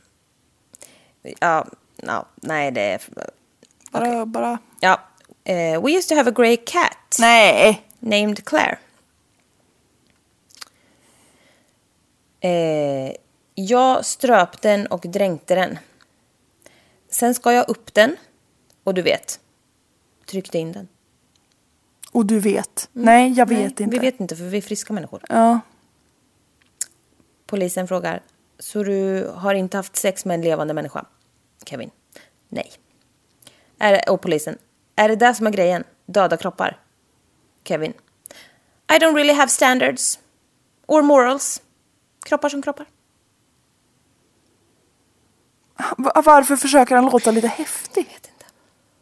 Speaker 6: nej, det är... Okay.
Speaker 7: Bara...
Speaker 6: Ja, we used to have a grey cat.
Speaker 7: Nej.
Speaker 6: Named Claire. Jag ströp den och dränkte den. Sen ska jag upp den. Och du vet, tryckte in den.
Speaker 7: Och du vet? Nej, jag vet inte.
Speaker 6: Vi vet inte, för vi är friska människor.
Speaker 7: Ja.
Speaker 6: Polisen frågar: så du har inte haft sex med en levande människa? Kevin: nej. Och polisen: är det där som är grejen? Döda kroppar? Kevin: I don't really have standards. Or morals. Kroppar som kroppar.
Speaker 7: Varför försöker han låta lite häftig?
Speaker 6: Jag vet inte.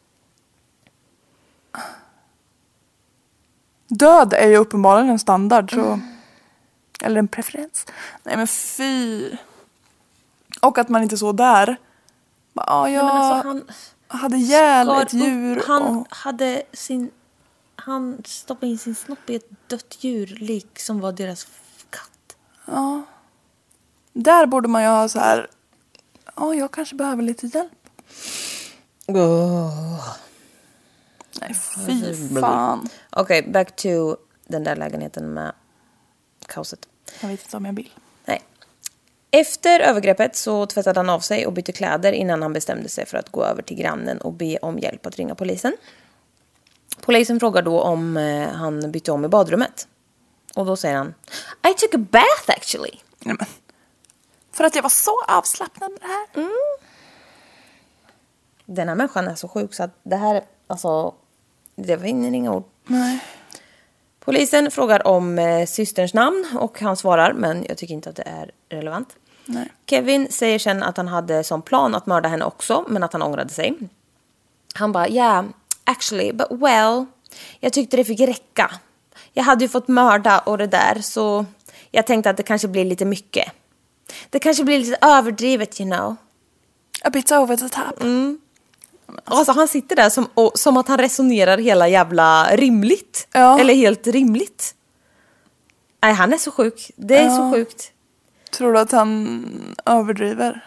Speaker 7: Död är ju uppenbarligen en standard, så... Eller en preferens. Nej, men fy. Och att man inte så där. Han hade ihjäl ett djur.
Speaker 6: Han stoppade in sin snopp i ett dött djur, lik som var deras katt.
Speaker 7: Ja. Där borde man ju ha så här... jag kanske behöver lite hjälp. Nej, fy fan.
Speaker 6: Okej, back to den där lägenheten med kaoset.
Speaker 7: Jag vet inte om jag vill.
Speaker 6: Nej. Efter övergreppet så tvättade han av sig och bytte kläder innan han bestämde sig för att gå över till grannen och be om hjälp att ringa polisen. Polisen frågar då om han bytte om i badrummet. Och då säger han: I took a bath actually.
Speaker 7: Nej, men. För att jag var så avslappnad med det här.
Speaker 6: Den här människan är så sjuk så att det här, alltså, det var inga ord.
Speaker 7: Nej.
Speaker 6: Polisen frågar om systerns namn och han svarar, men jag tycker inte att det är relevant.
Speaker 7: Nej.
Speaker 6: Kevin säger sen att han hade som plan att mörda henne också, men att han ångrade sig. Han bara: yeah, actually, but well, jag tyckte det fick räcka. Jag hade ju fått mörda och det där, så jag tänkte att det kanske blir lite mycket. Det kanske blir lite överdrivet, you know.
Speaker 7: A bit over the top.
Speaker 6: Alltså han sitter där som att han resonerar hela jävla rimligt.
Speaker 7: Ja.
Speaker 6: Eller helt rimligt. Nej, han är så sjuk. Det är så sjukt.
Speaker 7: Tror du att han överdriver?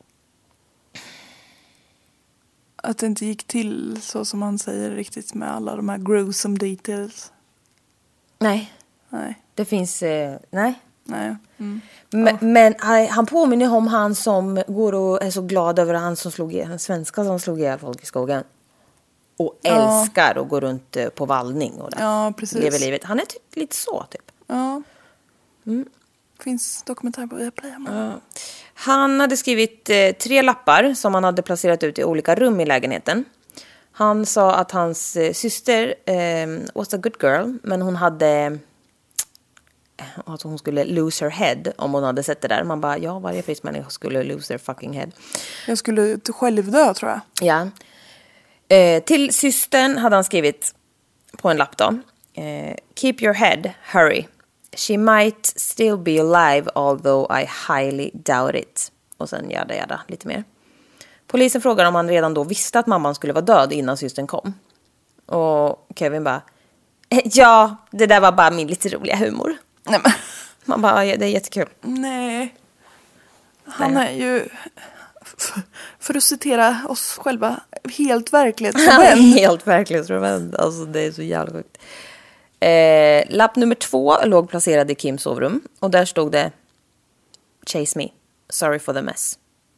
Speaker 7: Att det inte gick till så som han säger riktigt med alla de här gruesome details?
Speaker 6: Nej. Det finns... nej. Men han påminner om han som går och är så glad över han svenska som slog ihjäl folk i skogen. Och älskar att gå runt på vallning och
Speaker 7: Ja, precis.
Speaker 6: lever livet. Han är typ lite så, typ.
Speaker 7: Ja. Finns dokumentär på Viaplay.
Speaker 6: Han hade skrivit 3 lappar som han hade placerat ut i olika rum i lägenheten. Han sa att hans syster was a good girl, men hon hade... Alltså hon skulle lose her head om hon hade sett det där. Man bara, ja, varje frisk människa skulle lose their fucking head.
Speaker 7: Jag skulle självdö, tror jag.
Speaker 6: Ja. Till systern hade han skrivit på en lapp då. Keep your head, hurry. She might still be alive, although I highly doubt it. Och sen jada, lite mer. Polisen frågar om han redan då visste att mamman skulle vara död innan systern kom. Och Kevin bara, ja, det där var bara min lite roliga humor.
Speaker 7: Nej, men.
Speaker 6: Man bara, ja, det är jättekul.
Speaker 7: Nej. Han är ju, för att citera oss själva, helt verklighetsfrånvänd.
Speaker 6: Helt verklighetsfrånvänd. Alltså det är så jävla sjukt. Lapp nummer 2 låg placerad i Kims sovrum. Och där stod det, chase me, sorry for the mess.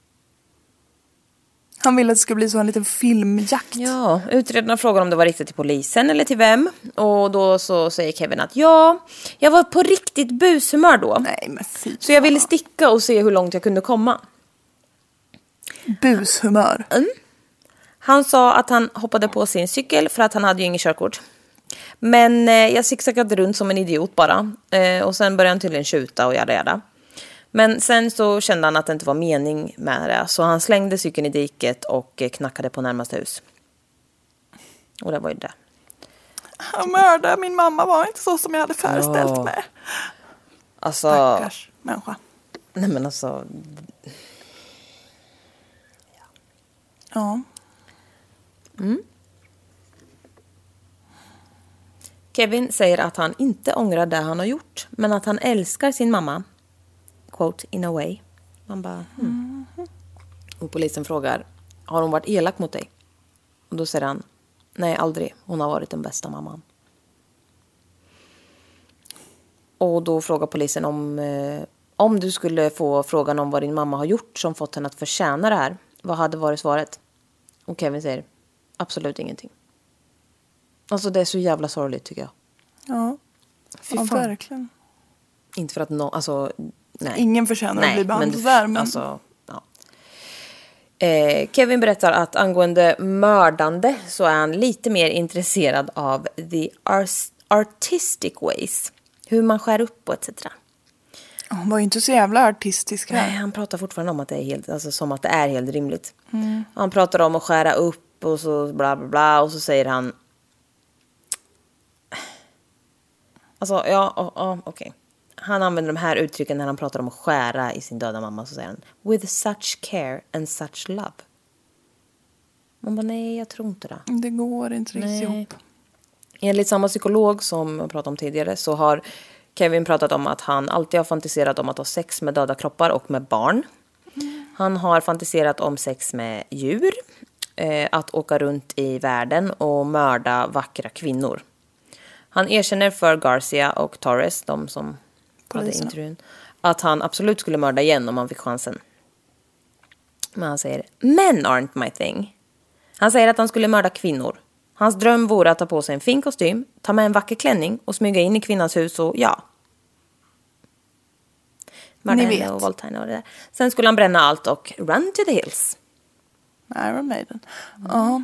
Speaker 7: Han ville att det skulle bli så en liten filmjakt.
Speaker 6: Ja, utredarna frågar om det var riktigt till polisen eller till vem. Och då så säger Kevin att ja, jag var på riktigt bushumör då.
Speaker 7: Nej, men fy.
Speaker 6: Så jag ville sticka och se hur långt jag kunde komma.
Speaker 7: Bushumör.
Speaker 6: Han sa att han hoppade på sin cykel för att han hade ju ingen körkort. Men jag zigzaggade runt som en idiot bara. Och sen började han tydligen tjuta och jada. Men sen så kände han att det inte var mening med det. Så han slängde cykeln i diket och knackade på närmaste hus. Och det var ju det.
Speaker 7: Han mördade min mamma, var inte så som jag hade föreställt mig.
Speaker 6: Alltså...
Speaker 7: Stackars människa.
Speaker 6: Nej men alltså...
Speaker 7: Ja.
Speaker 6: Kevin säger att han inte ångrar det han har gjort. Men att han älskar sin mamma. Quote, in a way. Man bara, Och polisen frågar, har hon varit elak mot dig? Och då säger han, nej, aldrig. Hon har varit den bästa mamman. Och då frågar polisen om du skulle få frågan om vad din mamma har gjort som fått henne att förtjäna det här. Vad hade varit svaret? Och Kevin säger, absolut ingenting. Alltså det är så jävla sorgligt tycker jag.
Speaker 7: Ja,
Speaker 6: Fy fan.
Speaker 7: Verkligen.
Speaker 6: Inte för att alltså... Nej.
Speaker 7: Ingen förtjänar att bli behandlad där. Men...
Speaker 6: Alltså, ja. Kevin berättar att angående mördande så är han lite mer intresserad av the artistic ways. Hur man skär upp och etc.
Speaker 7: Han var ju inte så jävla artistisk här.
Speaker 6: Nej, han pratar fortfarande om att det är helt, alltså, som att det är helt rimligt. Han pratar om att skära upp och så bla bla bla. Och så säger han... Alltså, okej. Han använder de här uttrycken när han pratar om att skära i sin döda mamma. Så säger han, with such care and such love. Man bara, nej, jag tror inte det.
Speaker 7: Det går inte riktigt ihop.
Speaker 6: Enligt samma psykolog som jag pratade om tidigare så har Kevin pratat om att han alltid har fantiserat om att ha sex med döda kroppar och med barn. Han har fantiserat om sex med djur. Att åka runt i världen och mörda vackra kvinnor. Han erkänner för Garcia och Torres, de som hade intervjun, att han absolut skulle mörda igen om han fick chansen. Men han säger, men aren't my thing. Han säger att han skulle mörda kvinnor. Hans dröm vore att ta på sig en fin kostym, ta med en vacker klänning och smyga in i kvinnans hus och mörda henne och våldta henne och det där. Sen skulle han bränna allt och run to the hills.
Speaker 7: Iron Maiden. Ja.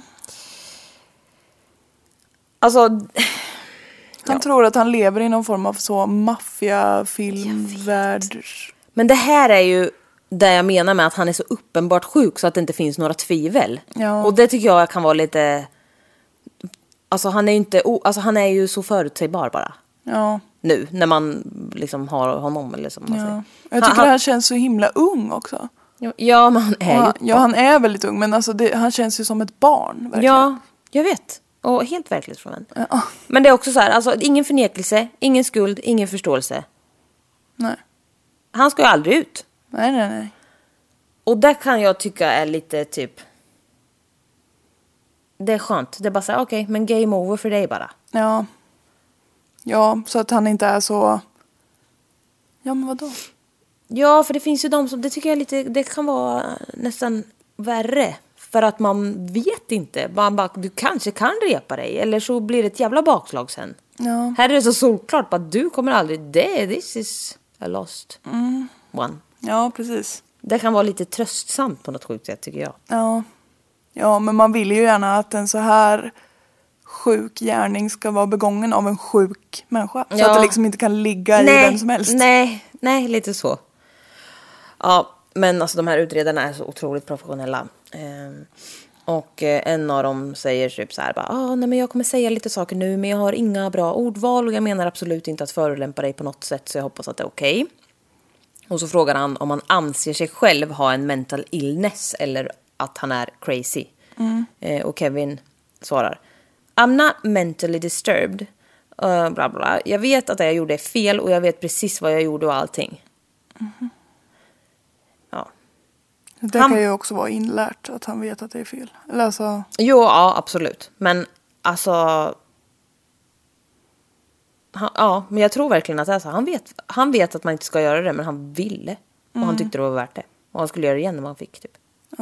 Speaker 6: Alltså...
Speaker 7: Han tror att han lever i någon form av så maffia-filmvärld.
Speaker 6: Men det här är ju det jag menar med att han är så uppenbart sjuk så att det inte finns några tvivel.
Speaker 7: Ja.
Speaker 6: Och det tycker jag kan vara lite... Alltså han är ju inte... Alltså han är ju så förutsägbar bara.
Speaker 7: Ja.
Speaker 6: Nu, när man liksom har honom. Eller som man säger.
Speaker 7: Jag tycker han känns så himla ung också.
Speaker 6: Ja, men han är ju...
Speaker 7: Ja, han är väldigt ung, men alltså han känns ju som ett barn. Verkligen.
Speaker 6: Ja, jag vet. Och helt verklighetsfrånvänd. Ja. Men det är också så här, alltså ingen förnekelse, ingen skuld, ingen förståelse.
Speaker 7: Nej.
Speaker 6: Han ska ju aldrig ut.
Speaker 7: Nej.
Speaker 6: Och det kan jag tycka är lite typ... Det är skönt. Det är bara så här, okej, men game over för dig bara.
Speaker 7: Ja. Ja, så att han inte är så... Ja, men vadå?
Speaker 6: Ja, för det finns ju de som... Det tycker jag lite... Det kan vara nästan värre För att man vet inte. Man bara, du kanske kan repa dig. Eller så blir det ett jävla bakslag sen.
Speaker 7: Ja.
Speaker 6: Här är det så solklart att du kommer aldrig... This is a lost one.
Speaker 7: Ja, precis.
Speaker 6: Det kan vara lite tröstsamt på något sjukt sätt, tycker jag.
Speaker 7: Ja, men man vill ju gärna att en så här sjuk gärning ska vara begången av en sjuk människa. Så att det liksom inte kan ligga i vem som helst.
Speaker 6: Nej, lite så. Ja, men alltså de här utredarna är så otroligt professionella. Och en av dem säger typ så här, nej men jag kommer säga lite saker nu, men jag har inga bra ordval och jag menar absolut inte att förolämpa dig på något sätt, så jag hoppas att det är okej. Och så frågar han om han anser sig själv ha en mental illness eller att han är crazy. Och Kevin svarar, I'm not mentally disturbed. Bla bla. Jag vet att det jag gjorde är fel och jag vet precis vad jag gjorde och allting. Ja.
Speaker 7: Det kan ju också vara inlärt att han vet att det är fel. Eller alltså...
Speaker 6: Jo, ja, absolut. Men alltså... men jag tror verkligen att det är så. Han vet att man inte ska göra det, men han ville. Och han tyckte det var värt det. Och han skulle göra det igen när man fick typ.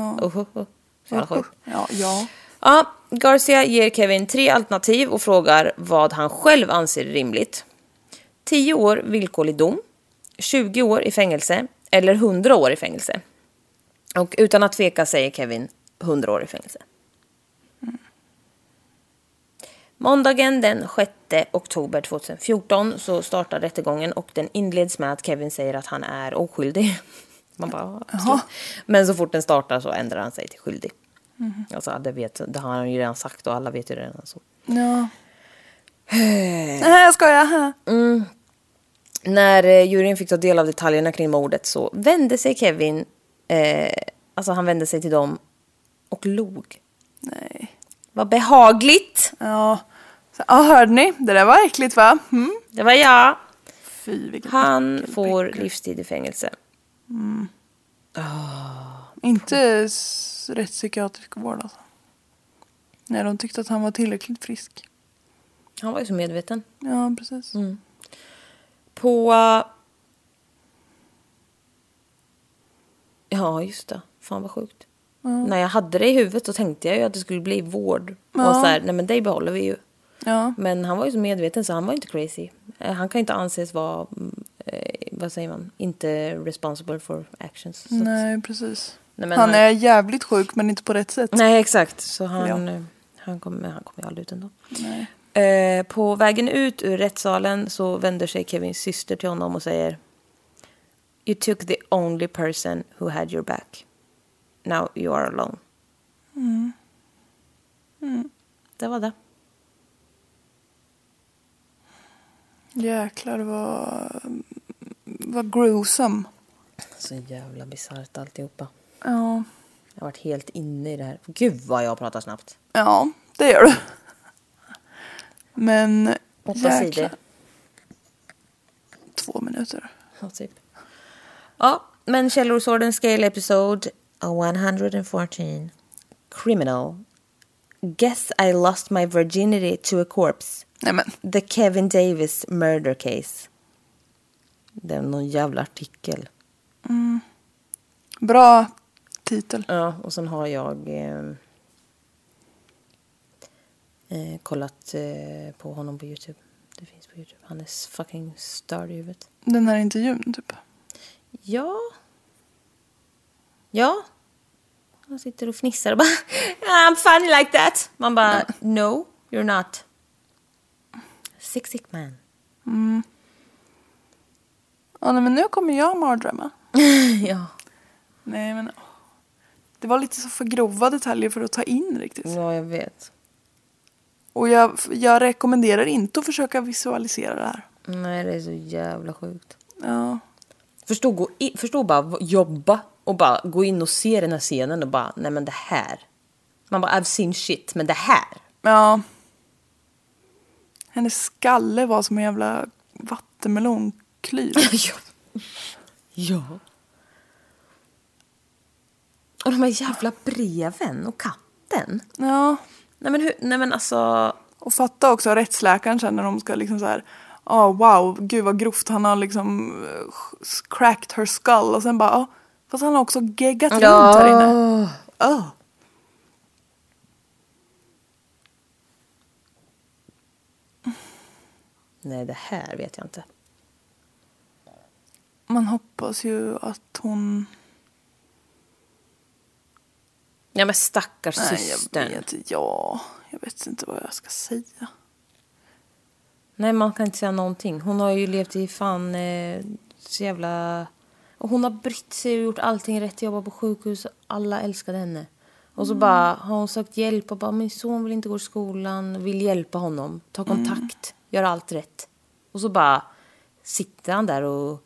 Speaker 6: Ja, Garcia ger Kevin 3 alternativ och frågar vad han själv anser rimligt. 10 år villkorlig dom, 20 år i fängelse eller 100 år i fängelse. Och utan att tveka säger Kevin 100 år i fängelse. Måndagen den 6 oktober 2014 så startar rättegången och den inleds med att Kevin säger att han är oskyldig. Man bara, men så fort den startar så ändrar han sig till skyldig. Alltså det har han ju redan sagt och alla vet ju redan så.
Speaker 7: Ja. Nej, ska jag.
Speaker 6: När juryn fick ta del av detaljerna kring mordet så vände sig Kevin, han vände sig till dem och log.
Speaker 7: Nej.
Speaker 6: Vad behagligt.
Speaker 7: Ja, hörde ni? Det där var äckligt, va?
Speaker 6: Det var jag.
Speaker 7: Fy,
Speaker 6: han får livstid i fängelse.
Speaker 7: Inte rättspsykiatrisk vård alltså. Nej, de tyckte att han var tillräckligt frisk.
Speaker 6: Han var ju så medveten.
Speaker 7: Ja, precis.
Speaker 6: På... Ja, just det. Fan vad sjukt. När jag hade det i huvudet så tänkte jag ju att det skulle bli vård. Och så här, nej men det behåller vi ju. Ja. Men han var ju så medveten så han var inte crazy. Han kan inte anses vara, vad säger man, inte responsible for actions.
Speaker 7: Nej, precis.
Speaker 6: Nej,
Speaker 7: han är jävligt sjuk men inte på rätt sätt.
Speaker 6: Nej, exakt. Så han kommer ju aldrig ut ändå.
Speaker 7: Nej.
Speaker 6: På vägen ut ur rättssalen så vänder sig Kevins syster till honom och säger, You took the only person who had your back. Now you are alone. Det var det.
Speaker 7: Jäklar, vad gruesome.
Speaker 6: Så jävla bisarrt alltihopa.
Speaker 7: Ja.
Speaker 6: Jag har varit helt inne i det här. Gud vad jag pratar snabbt.
Speaker 7: Ja, det gör du. Men
Speaker 6: 8 sidor.
Speaker 7: 2 minuter.
Speaker 6: Ja, typ. Ja, men källor Sword & Scale episode 114. Criminal. Guess I lost my virginity to a corpse.
Speaker 7: Nämen.
Speaker 6: The Kevin Davis murder case. Det är någon jävla artikel.
Speaker 7: Bra titel.
Speaker 6: Ja, och sen har jag kollat på honom på YouTube. Det finns på YouTube. Han är fucking störd i huvudet.
Speaker 7: Den här intervjun typ.
Speaker 6: Ja. Han sitter och fnissar och bara I'm funny like that. Man bara no, you're not. Sick man.
Speaker 7: Ja, men nu kommer jag mardrömma.
Speaker 6: Ja.
Speaker 7: Nej, men det var lite så för grova detaljer för att ta in riktigt.
Speaker 6: Ja, jag vet.
Speaker 7: Och jag rekommenderar inte att försöka visualisera det här.
Speaker 6: Nej, det är så jävla sjukt.
Speaker 7: Ja.
Speaker 6: Förstå bara jobba och bara gå in och se den här scenen och bara, nej men det här. Man bara, I've seen shit, men det här.
Speaker 7: Ja. Hennes skalle var som en jävla vattenmelonklyv.
Speaker 6: Ja. Och de här jävla breven och katten.
Speaker 7: Ja.
Speaker 6: Nej men alltså.
Speaker 7: Och fatta också rättsläkaren sen när de ska liksom så här, wow, gud vad grovt, han har liksom cracked her skull och sen bara, fast han har också geggat runt här inne.
Speaker 6: Nej, det här vet jag inte.
Speaker 7: Man hoppas ju att hon...
Speaker 6: Ja, men stackars systern.
Speaker 7: Jag vet inte vad jag ska säga.
Speaker 6: Nej, man kan inte säga någonting. Hon har ju levt i fan så jävla... Och hon har brytt sig och gjort allting rätt. Jobbat på sjukhus. Alla älskade henne. Och så bara har hon sökt hjälp och bara, min son vill inte gå i skolan. Vill hjälpa honom. Ta kontakt. Gör allt rätt. Och så bara sitter han där och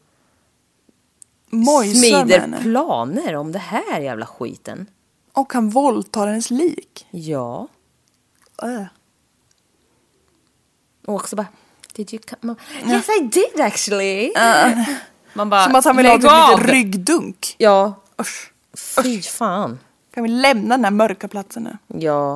Speaker 6: smider planer om det här jävla skiten.
Speaker 7: Och han våldtar hennes lik.
Speaker 6: Ja. Och också bara, did you come? Yes, I did actually. Man bara,
Speaker 7: som att han vill ha lite ryggdunk.
Speaker 6: Ja. Usch. Fy fan.
Speaker 7: Kan vi lämna den här mörka platsen nu?
Speaker 6: Ja.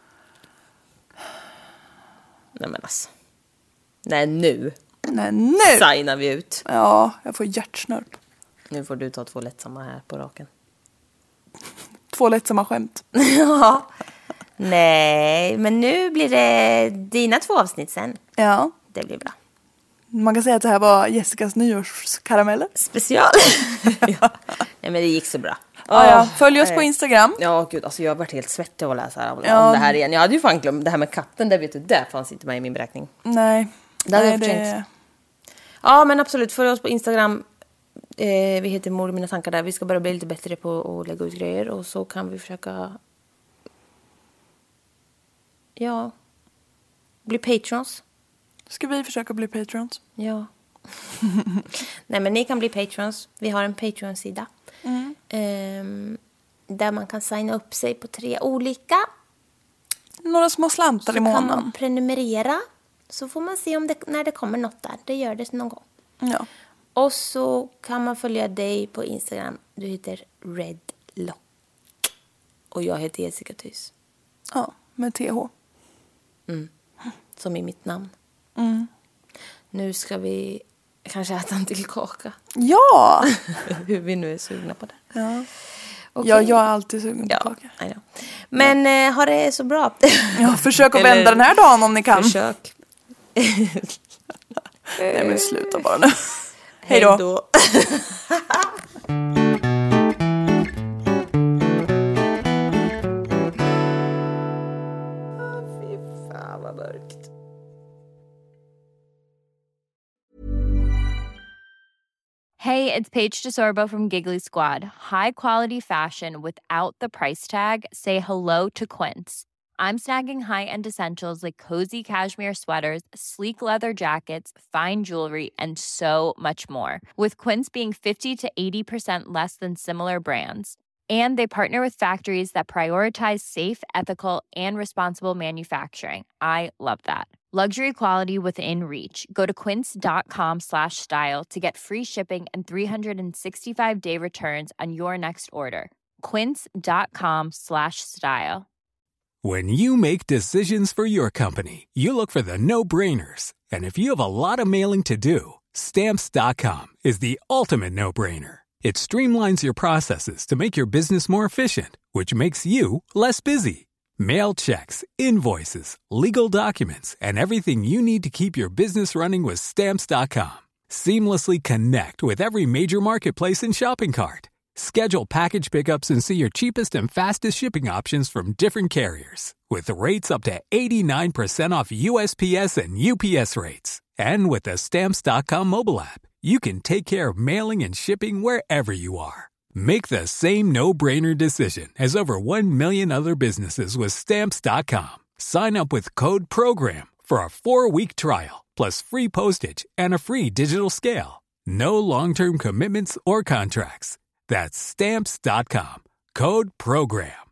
Speaker 6: Nej men alltså. Nej nu. Signar vi ut.
Speaker 7: Ja, jag får hjärtsnörp.
Speaker 6: Nu får du ta 2 lättsamma här på raken.
Speaker 7: 2 lättsamma skämt.
Speaker 6: Ja. Nej, men nu blir det dina 2 avsnitt sen.
Speaker 7: Ja.
Speaker 6: Det blir bra.
Speaker 7: Man kan säga att det här var Jessicas nyårskarameller.
Speaker 6: Special. Ja. Nej, men det gick så bra.
Speaker 7: Ja. Följ oss på Instagram.
Speaker 6: Ja, gud, alltså jag har varit helt svettig av att läsa om det här igen. Jag hade ju fan glömt det här med katten. Där vet du, där fanns inte med i min beräkning.
Speaker 7: Nej.
Speaker 6: Ja, men absolut. Följ oss på Instagram. Vi heter Mord i mina tankar där. Vi ska bara bli lite bättre på att lägga ut grejer. Och så kan vi försöka... Ja. Bli patrons.
Speaker 7: Ska vi försöka bli patrons?
Speaker 6: Ja. Nej, men ni kan bli patrons. Vi har en Patreon-sida. Där man kan signa upp sig på 3 olika.
Speaker 7: Några små slantar i månaden.
Speaker 6: Så kan man prenumerera. Så får man se om när det kommer något där. Det gör det någon gång.
Speaker 7: Ja.
Speaker 6: Och så kan man följa dig på Instagram. Du heter Redlock. Och jag heter Jessica Thys.
Speaker 7: Ja, med TH.
Speaker 6: Som i mitt namn. Nu ska vi kanske äta en till kaka.
Speaker 7: Ja!
Speaker 6: Hur vi nu är sugna på det.
Speaker 7: Ja.
Speaker 6: Okay.
Speaker 7: Ja, jag är alltid sugen på kaka.
Speaker 6: Men har det så bra.
Speaker 7: Ja, försök att vända den här dagen om ni kan.
Speaker 6: Försök.
Speaker 7: Nej, men sluta bara nu. Hej då.
Speaker 6: Fy fan vad mörkt.
Speaker 9: Hey, it's Paige DeSorbo from Giggly Squad. High quality fashion without the price tag. Say hello to Quince. I'm snagging high-end essentials like cozy cashmere sweaters, sleek leather jackets, fine jewelry, and so much more. With Quince being 50 to 80% less than similar brands. And they partner with factories that prioritize safe, ethical, and responsible manufacturing. I love that. Luxury quality within reach. Go to quince.com/style to get free shipping and 365-day returns on your next order. Quince.com/style.
Speaker 11: When you make decisions for your company, you look for the no-brainers. And if you have a lot of mailing to do, Stamps.com is the ultimate no-brainer. It streamlines your processes to make your business more efficient, which makes you less busy. Mail checks, invoices, legal documents, and everything you need to keep your business running with Stamps.com. Seamlessly connect with every major marketplace and shopping cart. Schedule package pickups and see your cheapest and fastest shipping options from different carriers. With rates up to 89% off USPS and UPS rates. And with the Stamps.com mobile app, you can take care of mailing and shipping wherever you are. Make the same no-brainer decision as over 1 million other businesses with Stamps.com. Sign up with code PROGRAM for a 4-week trial, plus free postage and a free digital scale. No long-term commitments or contracts. That's Stamps.com. Code PROGRAM.